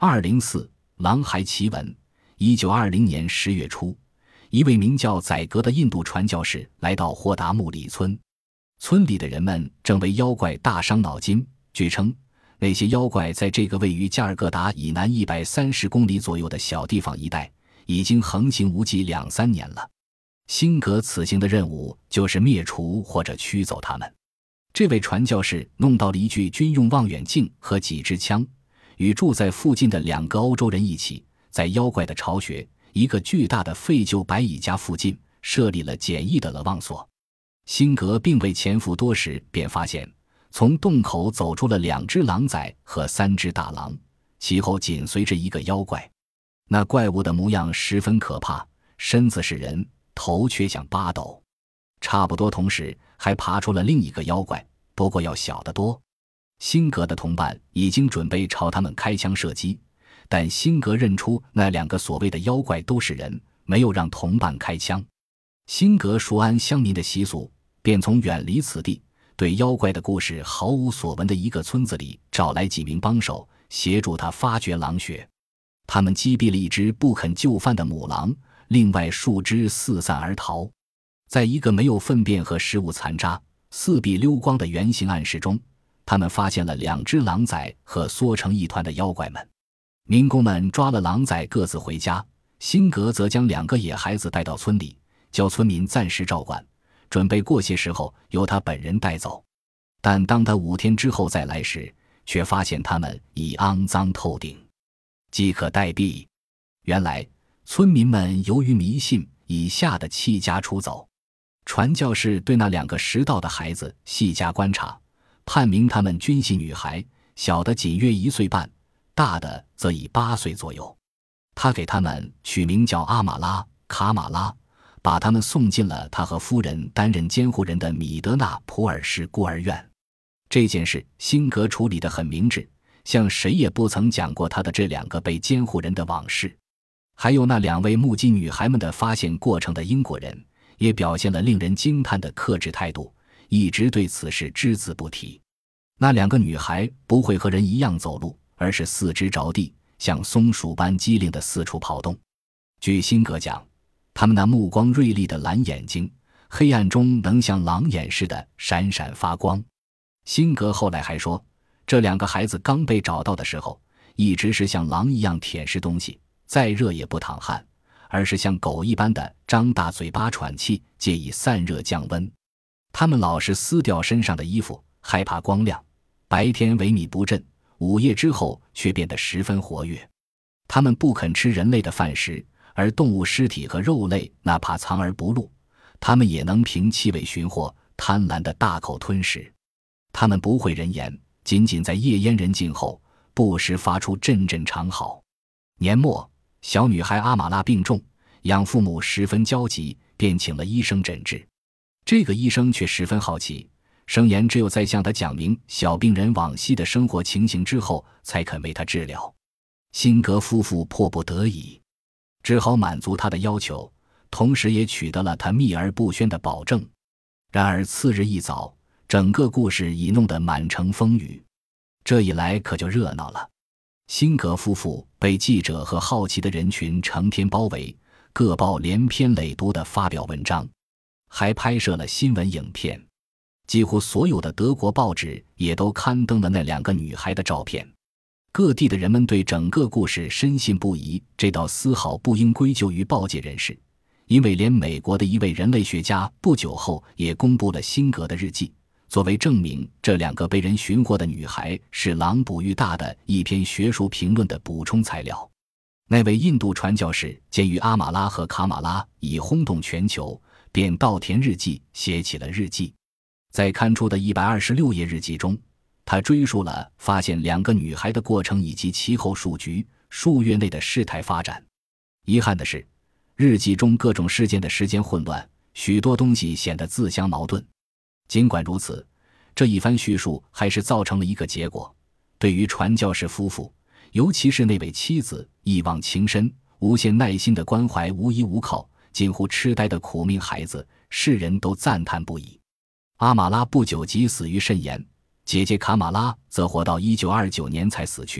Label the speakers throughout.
Speaker 1: 204狼孩奇闻。1920年10月初，一位名叫宰格的印度传教士来到霍达木里村，村里的人们正为妖怪大伤脑筋。据称，那些妖怪在这个位于加尔各答以南130公里左右的小地方一带已经横行无忌2-3年了。辛格此行的任务就是灭除或者驱走他们。这位传教士弄到了一具军用望远镜和几支枪，与住在附近的2个欧洲人一起，在妖怪的巢穴一个巨大的废旧白蚁家附近设立了简易的勒望所。辛格并未潜伏多时，便发现从洞口走出了2只狼崽和3只大狼，其后紧随着一个妖怪。那怪物的模样十分可怕，身子是人，头却像八斗。差不多同时还爬出了另一个妖怪，不过要小得多。辛格的同伴已经准备朝他们开枪射击，但辛格认出那2个所谓的妖怪都是人，没有让同伴开枪。辛格熟谙乡民的习俗，便从远离此地对妖怪的故事毫无所闻的一个村子里找来几名帮手，协助他发掘狼穴。他们击毙了1只不肯就范的母狼，另外数只四散而逃。在一个没有粪便和食物残渣、四壁溜光的圆形暗室中，他们发现了2只狼崽和缩成一团的妖怪们。民工们抓了狼崽各自回家，辛格则将2个野孩子带到村里，叫村民暂时照管，准备过些时候由他本人带走。但当他5天之后再来时，却发现他们已肮脏透顶，饥渴待毙。原来村民们由于迷信，已吓得弃家出走。传教士对那2个拾到的孩子细加观察，判明他们均系女孩，小的仅约1岁半，大的则已8岁左右。他给他们取名叫阿玛拉、卡玛拉，把他们送进了他和夫人担任监护人的米德纳普尔市孤儿院。这件事辛格处理得很明智，向谁也不曾讲过他的这2个被监护人的往事。还有那2位目击女孩们的发现过程的英国人，也表现了令人惊叹的克制态度，一直对此事只字不提。那2个女孩不会和人一样走路，而是4肢着地，像松鼠般机灵地四处跑动。据辛格讲，她们那目光锐利的蓝眼睛，黑暗中能像狼眼似的闪闪发光。辛格后来还说，这2个孩子刚被找到的时候，一直是像狼一样舔舐东西，再热也不淌汗，而是像狗一般的张大嘴巴喘气，借以散热降温。他们老是撕掉身上的衣服，害怕光亮，白天萎靡不振，午夜之后却变得十分活跃。他们不肯吃人类的饭食，而动物尸体和肉类哪怕藏而不露，他们也能凭气味寻获，贪婪的大口吞食。他们不会人言，仅仅在夜烟人静后，不时发出阵阵长嚎。年末，小女孩阿玛拉病重，养父母十分焦急，便请了医生诊治。这个医生却十分好奇，声言只有在向他讲明小病人往昔的生活情形之后，才肯为他治疗。辛格夫妇迫不得已，只好满足他的要求，同时也取得了他秘而不宣的保证。然而次日一早，整个故事已弄得满城风雨。这一来可就热闹了。辛格夫妇被记者和好奇的人群成天包围，各报连篇累牍地发表文章，还拍摄了新闻影片。几乎所有的德国报纸也都刊登了那2个女孩的照片。各地的人们对整个故事深信不疑，这倒丝毫不应归咎于报界人士，因为连美国的一位人类学家不久后也公布了辛格的日记，作为证明这2个被人寻获的女孩是狼捕欲大的一篇学术评论的补充材料。那位印度传教士鉴于阿玛拉和卡玛拉已轰动全球，便倒填日记，写起了日记。在刊出的126页日记中，他追溯了发现2个女孩的过程以及其后数月内的事态发展。遗憾的是，日记中各种事件的时间混乱，许多东西显得自相矛盾。尽管如此，这一番叙述还是造成了一个结果，对于传教士夫妇，尤其是那位妻子一往情深、无限耐心的关怀无依无靠、近乎痴呆的苦命孩子，世人都赞叹不已。阿玛拉不久即死于肾炎，姐姐卡玛拉则活到1929年才死去。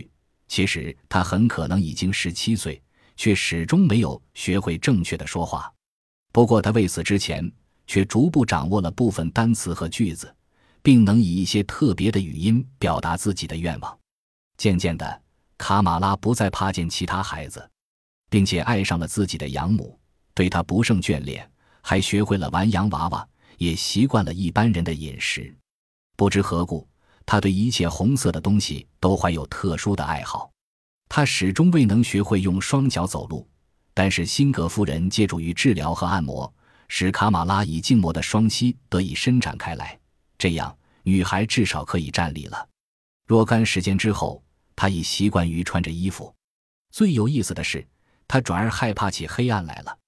Speaker 1: 其实他很可能已经17岁，却始终没有学会正确的说话。不过他未死之前，却逐步掌握了部分单词和句子，并能以一些特别的语音表达自己的愿望。渐渐的，卡马拉不再怕见其他孩子，并且爱上了自己的养母，对她不胜眷恋，还学会了玩洋娃娃，也习惯了一般人的饮食。不知何故，他对一切红色的东西都怀有特殊的爱好。他始终未能学会用双脚走路，但是辛格夫人借助于治疗和按摩，使卡马拉已静默的双膝得以伸展开来，这样女孩至少可以站立了。若干时间之后，她已习惯于穿着衣服。最有意思的是，她转而害怕起黑暗来了。